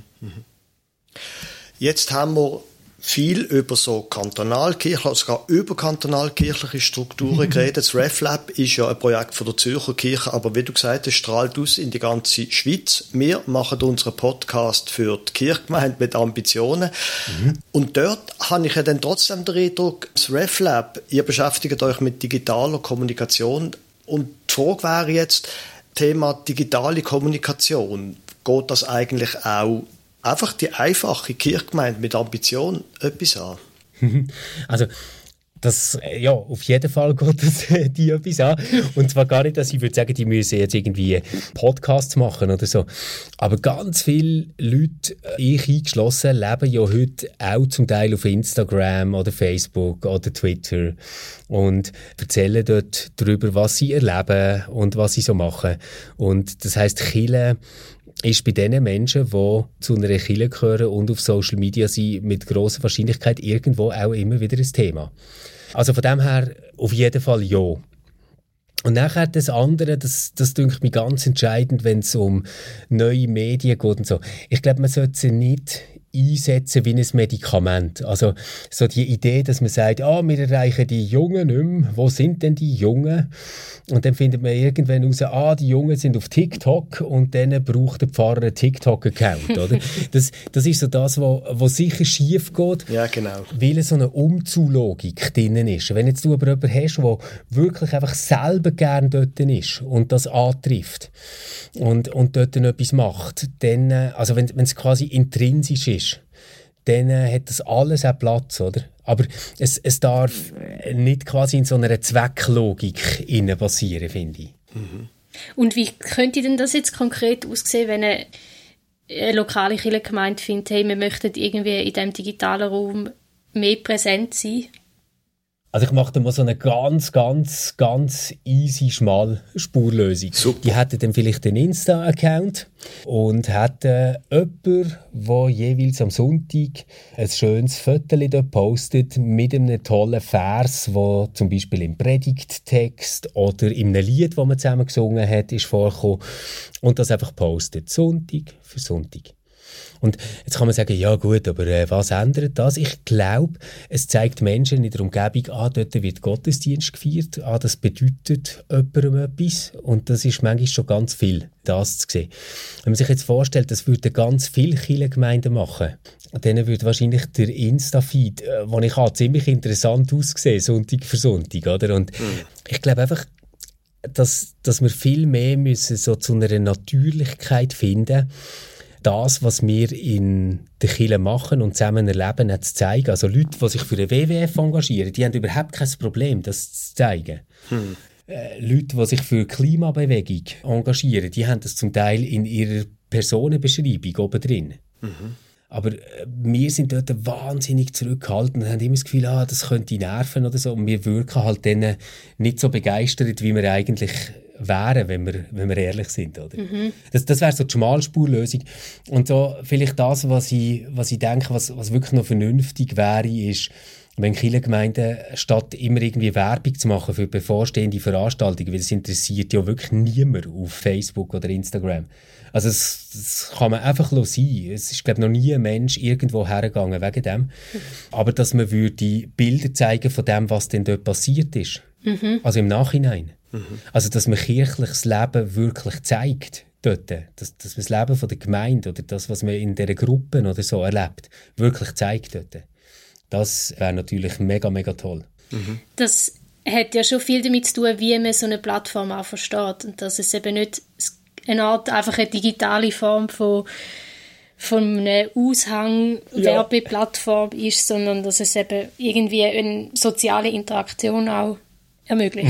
Jetzt haben wir viel über so kantonalkirchliche, sogar überkantonalkirchliche Strukturen geredet. Das RefLab ist ja ein Projekt von der Zürcher Kirche, aber wie du gesagt hast, strahlt aus in die ganze Schweiz. Wir machen unseren Podcast für die Kirchgemeinde mit Ambitionen. Und dort habe ich ja dann trotzdem den Eindruck, das RefLab, ihr beschäftigt euch mit digitaler Kommunikation. Und die Frage wäre jetzt, Thema digitale Kommunikation, geht das eigentlich auch einfach die einfache Kirchgemeinde mit Ambition etwas an? Also, das, ja, auf jeden Fall geht das die etwas an. Und zwar gar nicht, dass ich würde sagen, die müssen jetzt irgendwie Podcasts machen oder so. Aber ganz viele Leute, ich eingeschlossen, leben ja heute auch zum Teil auf Instagram oder Facebook oder Twitter und erzählen dort darüber, was sie erleben und was sie so machen. Und das heisst, Kirche ist bei den Menschen, die zu einer Kirche gehören und auf Social Media sind, mit grosser Wahrscheinlichkeit irgendwo auch immer wieder ein Thema. Also von dem her auf jeden Fall ja. Und nachher das andere, das dünkt mich ganz entscheidend, wenn es um neue Medien geht und so. Ich glaube, man sollte sie nicht einsetzen wie ein Medikament. Also so die Idee, dass man sagt, wir erreichen die Jungen nicht mehr. Wo sind denn die Jungen? Und dann findet man irgendwann raus, die Jungen sind auf TikTok und dann braucht der Pfarrer einen TikTok-Account, oder? Das ist so das, was sicher schief geht, ja, genau. Weil so eine Umzulogik drin ist. Wenn jetzt du aber jemanden hast, der wirklich einfach selber gern dort ist und das antrifft und dort etwas macht, dann, also wenn es quasi intrinsisch ist, dann hat das alles auch Platz, oder? Aber es darf nicht quasi in so einer Zwecklogik passieren, finde ich. Und wie könnte denn das jetzt konkret aussehen, wenn eine lokale Kirchengemeinde findet, hey, wir möchten irgendwie in diesem digitalen Raum mehr präsent sein? Also ich mache da mal so eine ganz, ganz, ganz easy, schmal Spurlösung. Super. Die hätten dann vielleicht einen Insta-Account und hätten jemanden, der jeweils am Sonntag ein schönes Foto dort postet mit einem tollen Vers, der zum Beispiel im Predigttext oder in einem Lied, das man zusammen gesungen hat, ist vorgekommen und das einfach postet, Sonntag für Sonntag. Und jetzt kann man sagen, ja gut, aber was ändert das? Ich glaube, es zeigt Menschen in der Umgebung, dort wird Gottesdienst gefeiert, das bedeutet jemandem etwas und das ist manchmal schon ganz viel, das zu sehen. Wenn man sich jetzt vorstellt, das würden ganz viele Kirchengemeinden machen, dann würde wahrscheinlich der Insta-Feed, den ich habe, ziemlich interessant aussehen, Sonntag für Sonntag, oder? Und ich glaube einfach, dass wir viel mehr müssen so zu einer Natürlichkeit finden, das, was wir in der Kirche machen und zusammen erleben, zu zeigen. Also Leute, die sich für den WWF engagieren, die haben überhaupt kein Problem, das zu zeigen. Leute, die sich für die Klimabewegung engagieren, die haben das zum Teil in ihrer Personenbeschreibung oben drin. Aber wir sind dort wahnsinnig zurückgehalten und haben immer das Gefühl, das könnte nerven oder so. Und wir wirken halt dann nicht so begeistert, wie wir eigentlich wären, wenn wir ehrlich sind, oder? Das wäre so die Schmalspurlösung. Und so vielleicht das, was ich denke, was wirklich noch vernünftig wäre, ist, wenn Kirchengemeinden, statt immer irgendwie Werbung zu machen für bevorstehende Veranstaltungen, weil es interessiert ja wirklich niemand auf Facebook oder Instagram. Also das kann man einfach sein. Es ist, glaube ich, noch nie ein Mensch irgendwo hergegangen wegen dem. Aber dass man würde Bilder zeigen von dem, was denn dort passiert ist. Also im Nachhinein. Also dass man kirchliches Leben wirklich zeigt dort. Dass man das Leben von der Gemeinde oder das, was man in dieser Gruppen oder so erlebt, wirklich zeigt dort. Das wäre natürlich mega, mega toll. Das hat ja schon viel damit zu tun, wie man so eine Plattform auch versteht. Und dass es eben nicht eine Art, einfach eine digitale Form von einer Aushang-Werbeplattform ist, sondern dass es eben irgendwie eine soziale Interaktion auch ermöglicht.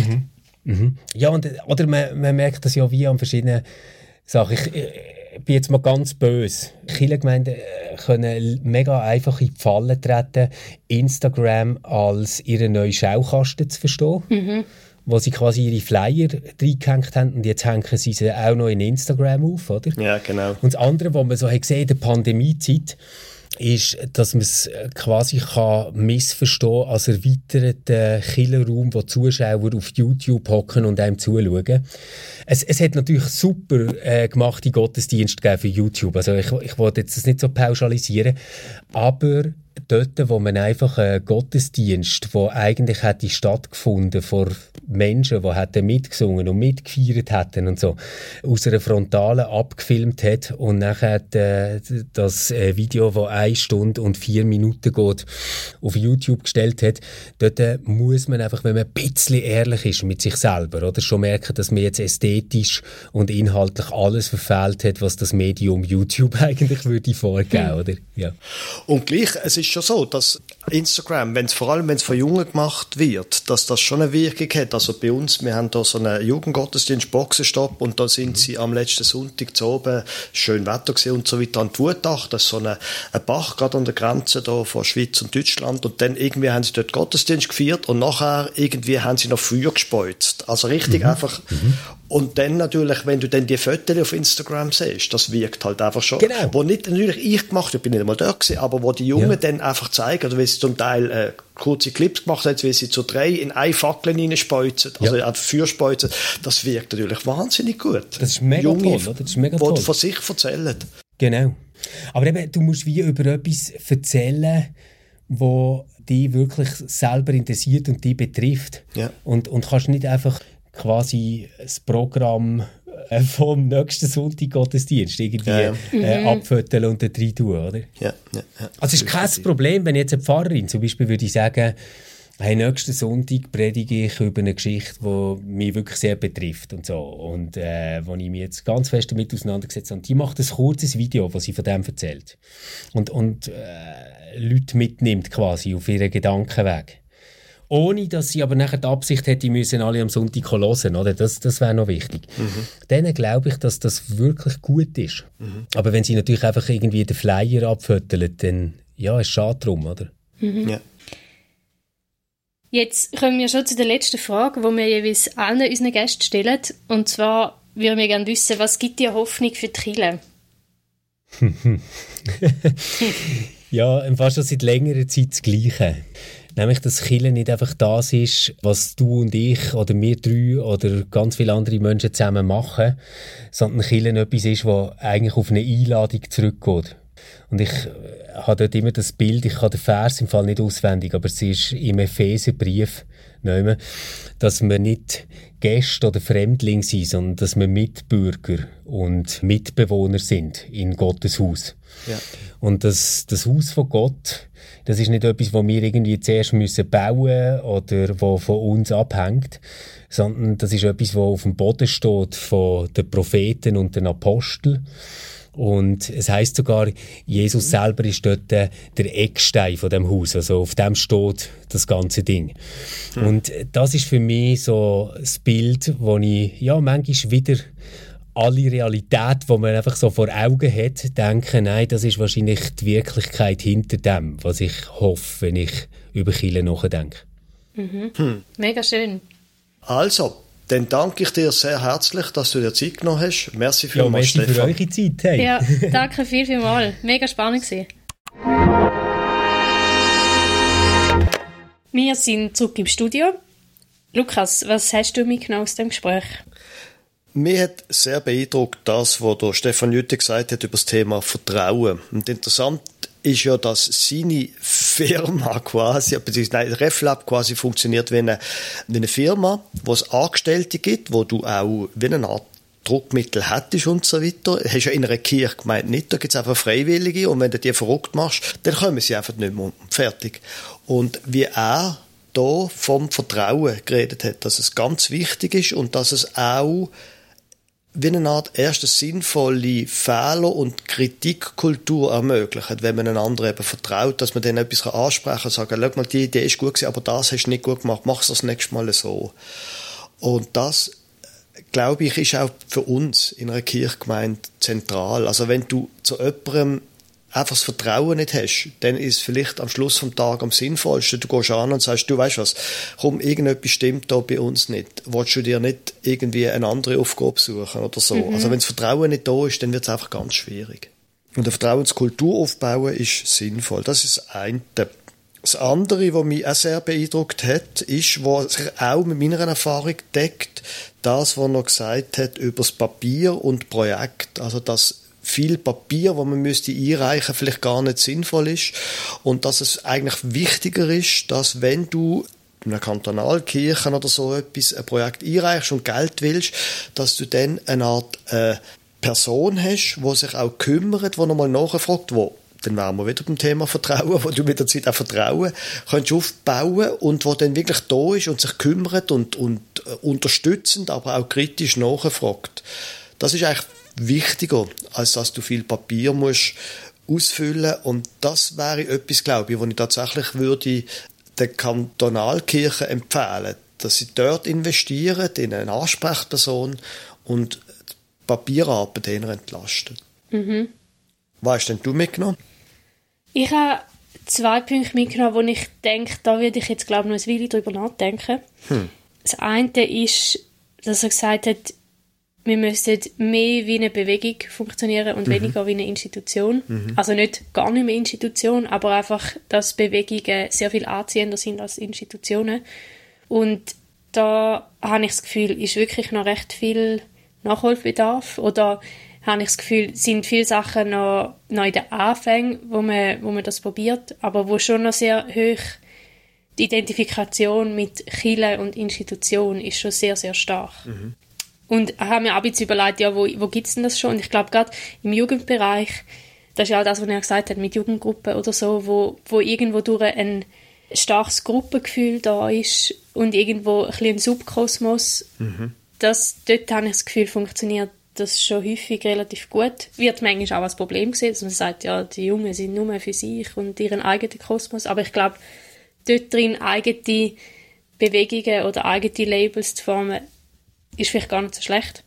Ja, oder man merkt das ja wie an verschiedenen Sachen. Ich bin jetzt mal ganz böse. Kirchengemeinden können mega einfach in die Falle treten, Instagram als ihren neuen Schaukasten zu verstehen, wo sie quasi ihre Flyer reingehängt haben und jetzt hängen sie auch noch in Instagram auf, oder? Ja, genau. Und das andere, was man so hat gesehen in der Pandemiezeit, ist, dass man es quasi missverstehen kann als erweiterten Kirchenraum, wo Zuschauer auf YouTube hocken und einem zuschauen. Es hat natürlich super gemachte Gottesdienste gegeben für YouTube. Also ich wollte jetzt das nicht so pauschalisieren, aber dort, wo man einfach einen Gottesdienst, der eigentlich hätte stattgefunden vor Menschen, die hätten mitgesungen und mitgefeiert hätten und so, aus einer Frontalen abgefilmt hat und nachher das Video, das 1 Stunde und 4 Minuten geht, auf YouTube gestellt hat, dort muss man einfach, wenn man ein bisschen ehrlich ist mit sich selber, oder schon merken, dass man jetzt ästhetisch und inhaltlich alles verfehlt hat, was das Medium YouTube eigentlich würde vorgeben, oder? Ja. Und gleich, es ist schon so, dass Instagram, vor allem wenn es von Jungen gemacht wird, dass das schon eine Wirkung hat. Also bei uns, wir haben da so einen Jugendgottesdienst, Boxenstopp, und da sind sie am letzten Sonntag zu oben, schön Wetter gewesen und so weiter, an die Wutach, das ist so ein Bach gerade an der Grenze da von Schweiz und Deutschland, und dann irgendwie haben sie dort Gottesdienst gefeiert und nachher irgendwie haben sie noch Feuer gespeuzt. Also richtig einfach. Und dann natürlich, wenn du dann die Fotos auf Instagram siehst, das wirkt halt einfach schon. Genau. Wo nicht natürlich ich gemacht habe, ich bin nicht einmal da gewesen, aber wo die Jungen dann einfach zeigen, oder wie sie zum Teil kurze Clips gemacht haben, wie sie zu 3 in eine Fackel hineinspeuzen, also Feuer speuzen, das wirkt natürlich wahnsinnig gut. Das ist mega Junge, toll, oder? Das ist mega toll. Die von sich erzählen. Genau. Aber eben, du musst wie über etwas erzählen, wo dich wirklich selber interessiert und dich betrifft. Ja. Und kannst nicht einfach quasi das Programm vom nächsten Sonntag Gottesdienst irgendwie abfoteln und da rein tun, oder? Ja. Also es ist kein Problem, wenn jetzt eine Pfarrerin zum Beispiel würde sagen, hey, nächsten Sonntag predige ich über eine Geschichte, die mich wirklich sehr betrifft und so, und wo ich mich jetzt ganz fest damit auseinandergesetzt habe. Und die macht ein kurzes Video, wo sie von dem erzählt und Leute mitnimmt quasi auf ihren Gedankenweg. Ohne, dass sie aber nachher die Absicht hätte, müssen alle am Sonntag hören, oder? Das wäre noch wichtig. Dann glaube ich, dass das wirklich gut ist. Aber wenn sie natürlich einfach irgendwie den Flyer abfoteln, dann, ja, ist schade drum, oder? Ja. Jetzt kommen wir schon zu der letzten Frage, die wir jeweils allen unseren Gästen stellen. Und zwar würden wir gerne wissen, was gibt dir Hoffnung für die Kirche? Ja, fast schon seit längerer Zeit das Gleiche. Nämlich, dass Kirche nicht einfach das ist, was du und ich oder wir 3 oder ganz viele andere Menschen zusammen machen, sondern Kirche etwas ist, was eigentlich auf eine Einladung zurückgeht. Und ich habe dort immer das Bild, ich kann den Vers im Fall nicht auswendig, aber es ist im Epheserbrief, dass wir nicht Gäste oder Fremdling sind, sondern dass wir Mitbürger und Mitbewohner sind in Gottes Haus. Ja. Und das Haus von Gott, das ist nicht etwas, das wir irgendwie zuerst bauen müssen oder was von uns abhängt, sondern das ist etwas, das auf dem Boden steht von den Propheten und den Aposteln. Und es heisst sogar, Jesus selber ist dort der Eckstein von dem Haus. Also auf dem steht das ganze Ding. Und das ist für mich so das Bild, wo ich manchmal wieder alle Realität, die man einfach so vor Augen hat, denke, nein, das ist wahrscheinlich die Wirklichkeit hinter dem, was ich hoffe, wenn ich über Kirche nachdenke. Mega schön. Also, Dann danke ich dir sehr herzlich, dass du dir Zeit genommen hast. Merci vielmals, Stefan. Stefan. Für eure Zeit. Hey. Ja, danke vielmals. Mega spannend gewesen. Wir sind zurück im Studio. Lukas, was hast du mitgenommen aus dem Gespräch? Mir hat sehr beeindruckt das, was der Stefan Jütte gesagt hat über das Thema Vertrauen. Und interessant ist ja, dass seine Firma quasi, beziehungsweise RefLab quasi funktioniert wie eine Firma, wo es Angestellte gibt, wo du auch wie eine Art Druckmittel hättest und so weiter. Hast ja in einer Kirche gemeint nicht, da gibt es einfach Freiwillige und wenn du die verrückt machst, dann kommen sie einfach nicht mehr und fertig. Und wie er da vom Vertrauen geredet hat, dass es ganz wichtig ist und dass es auch wie eine Art erste sinnvolle Fehler- und Kritikkultur ermöglicht, wenn man einander eben vertraut, dass man dann etwas ansprechen kann, sagen, schau mal, die Idee ist gut gewesen, aber das hast du nicht gut gemacht, mach es das nächste Mal so. Und das, glaube ich, ist auch für uns in einer Kirchgemeinde zentral. Also wenn du zu jemandem einfach das Vertrauen nicht hast, dann ist vielleicht am Schluss vom Tag am sinnvollsten, du gehst an und sagst, du weißt was, komm, irgendetwas stimmt da bei uns nicht. Willst du dir nicht irgendwie eine andere Aufgabe suchen oder so? Also wenn das Vertrauen nicht da ist, dann wird es einfach ganz schwierig. Und eine Vertrauenskultur aufbauen ist sinnvoll. Das ist das eine. Das andere, was mich auch sehr beeindruckt hat, ist, was sich auch mit meiner Erfahrung deckt, das, was er gesagt hat über das Papier und Projekt. Also, dass viel Papier, das man müsste einreichen, vielleicht gar nicht sinnvoll ist. Und dass es eigentlich wichtiger ist, dass wenn du in einer Kantonalkirche oder so etwas, ein Projekt einreichst und Geld willst, dass du dann eine Art Person hast, die sich auch kümmert, die nochmal nachfragt, dann wären wir wieder beim Thema Vertrauen, wo du mit der Zeit auch Vertrauen kannst aufbauen und wo dann wirklich da ist und sich kümmert und unterstützend, aber auch kritisch nachfragt. Das ist eigentlich wichtiger, als dass du viel Papier musst ausfüllen. Und das wäre etwas, glaube ich, was ich tatsächlich würde den Kantonalkirchen empfehlen, dass sie dort investieren, in eine Ansprechperson und die Papierarbeit eher entlasten. Mhm. Was hast denn du mitgenommen? Ich habe 2 Punkte mitgenommen, wo ich denke, da würde ich jetzt, glaube ich, noch eine Weile drüber nachdenken. Das eine ist, dass er gesagt hat, wir müssen mehr wie eine Bewegung funktionieren und weniger wie eine Institution. Also nicht gar nicht mehr Institution, aber einfach, dass Bewegungen sehr viel anziehender sind als Institutionen. Und da habe ich das Gefühl, ist wirklich noch recht viel Nachholbedarf. Oder habe ich das Gefühl, sind viele Sachen noch in den Anfängen, wo man das probiert, aber wo schon noch sehr hoch die Identifikation mit Kirche und Institution ist schon sehr, sehr stark. Und ich habe mir auch ein bisschen überlegt, ja, wo gibt es denn das schon? Und ich glaube, gerade im Jugendbereich, das ist ja auch das, was er gesagt hat, mit Jugendgruppen oder so, wo irgendwo durch ein starkes Gruppengefühl da ist und irgendwo ein bisschen ein Subkosmos. Dort habe ich das Gefühl, funktioniert das schon häufig relativ gut. Wird manchmal auch als Problem gesehen, dass man sagt, ja, die Jungen sind nur für sich und ihren eigenen Kosmos. Aber ich glaube, dort drin eigene Bewegungen oder eigene Labels zu formen, ist vielleicht gar nicht so schlecht.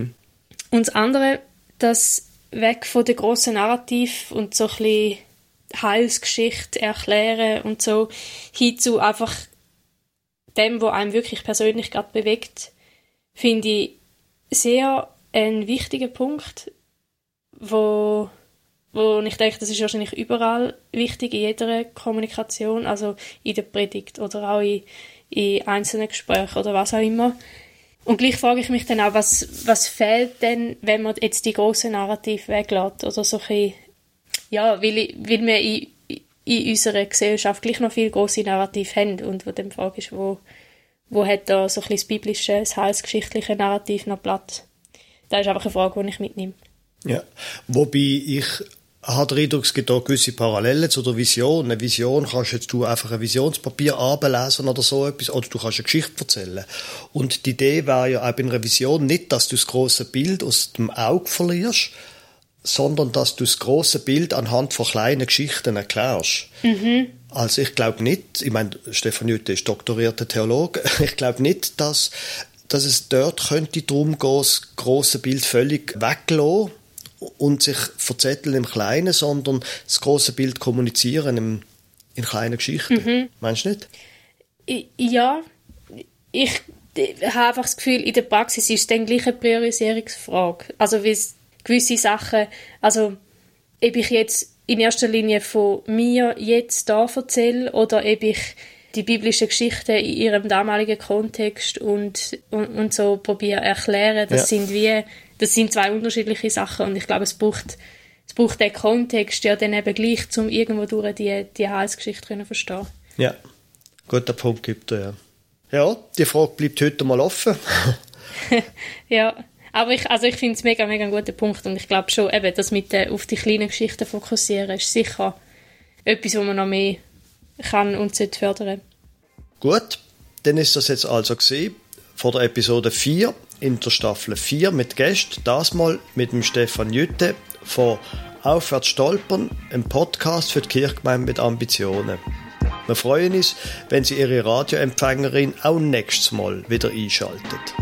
Und das andere, dass weg von der grossen Narrativ und so ein bisschen Heilsgeschichte erklären und so, hin zu einfach dem, was einem wirklich persönlich gerade bewegt, finde ich sehr ein wichtiger Punkt, wo ich denke, das ist wahrscheinlich überall wichtig, in jeder Kommunikation, also in der Predigt oder auch in einzelnen Gesprächen oder was auch immer. Und gleich frage ich mich dann auch, was fehlt denn, wenn man jetzt die grossen Narrative weglässt oder so ein bisschen, ja, weil wir in unserer Gesellschaft gleich noch viel grosse Narrative haben und wo dann die Frage ist, wo hat da so ein bisschen das biblische, das heilsgeschichtliche Narrativ noch Platz? Das ist einfach eine Frage, die ich mitnehme. Ja, wobei ich habe den Eindruck, es gibt auch gewisse Parallelen zu der Vision. Eine Vision kannst jetzt du einfach ein Visionspapier ablesen oder so etwas, oder du kannst eine Geschichte erzählen. Und die Idee wäre ja auch bei einer Vision nicht, dass du das grosse Bild aus dem Auge verlierst, sondern dass du das grosse Bild anhand von kleinen Geschichten erklärst. Also ich glaube nicht, ich meine, Stefan Jütte ist doktorierter Theologe, ich glaube nicht, dass es dort könnte darum gehen, das grosse Bild völlig wegzulassen und sich verzetteln im Kleinen, sondern das grosse Bild kommunizieren in kleinen Geschichten. Meinst du nicht? Ja, ich ich habe einfach das Gefühl, in der Praxis ist es dann gleich eine Priorisierungsfrage. Also wie gewisse Sachen, also ob ich jetzt in erster Linie von mir jetzt da erzähle oder ob ich die biblischen Geschichten in ihrem damaligen Kontext und so probiere erklären, das sind zwei unterschiedliche Sachen und ich glaube, es braucht den Kontext ja dann eben gleich, um irgendwo durch die Heilsgeschichte zu verstehen. Ja, guter Punkt gibt er, ja. Ja, die Frage bleibt heute mal offen. Ja, aber ich finde es mega, mega ein guter Punkt und ich glaube schon, eben, das mit auf die kleinen Geschichten fokussieren ist sicher etwas, wo man noch mehr kann und sollte fördern. Gut, dann ist das jetzt also gesehen von der Episode 4 in der Staffel 4 mit Gästen, das mal mit dem Stefan Jütte von Aufwärts stolpern, einem Podcast für die Kirchgemeinde mit Ambitionen. Wir freuen uns, wenn Sie Ihre Radioempfängerin auch nächstes Mal wieder einschaltet.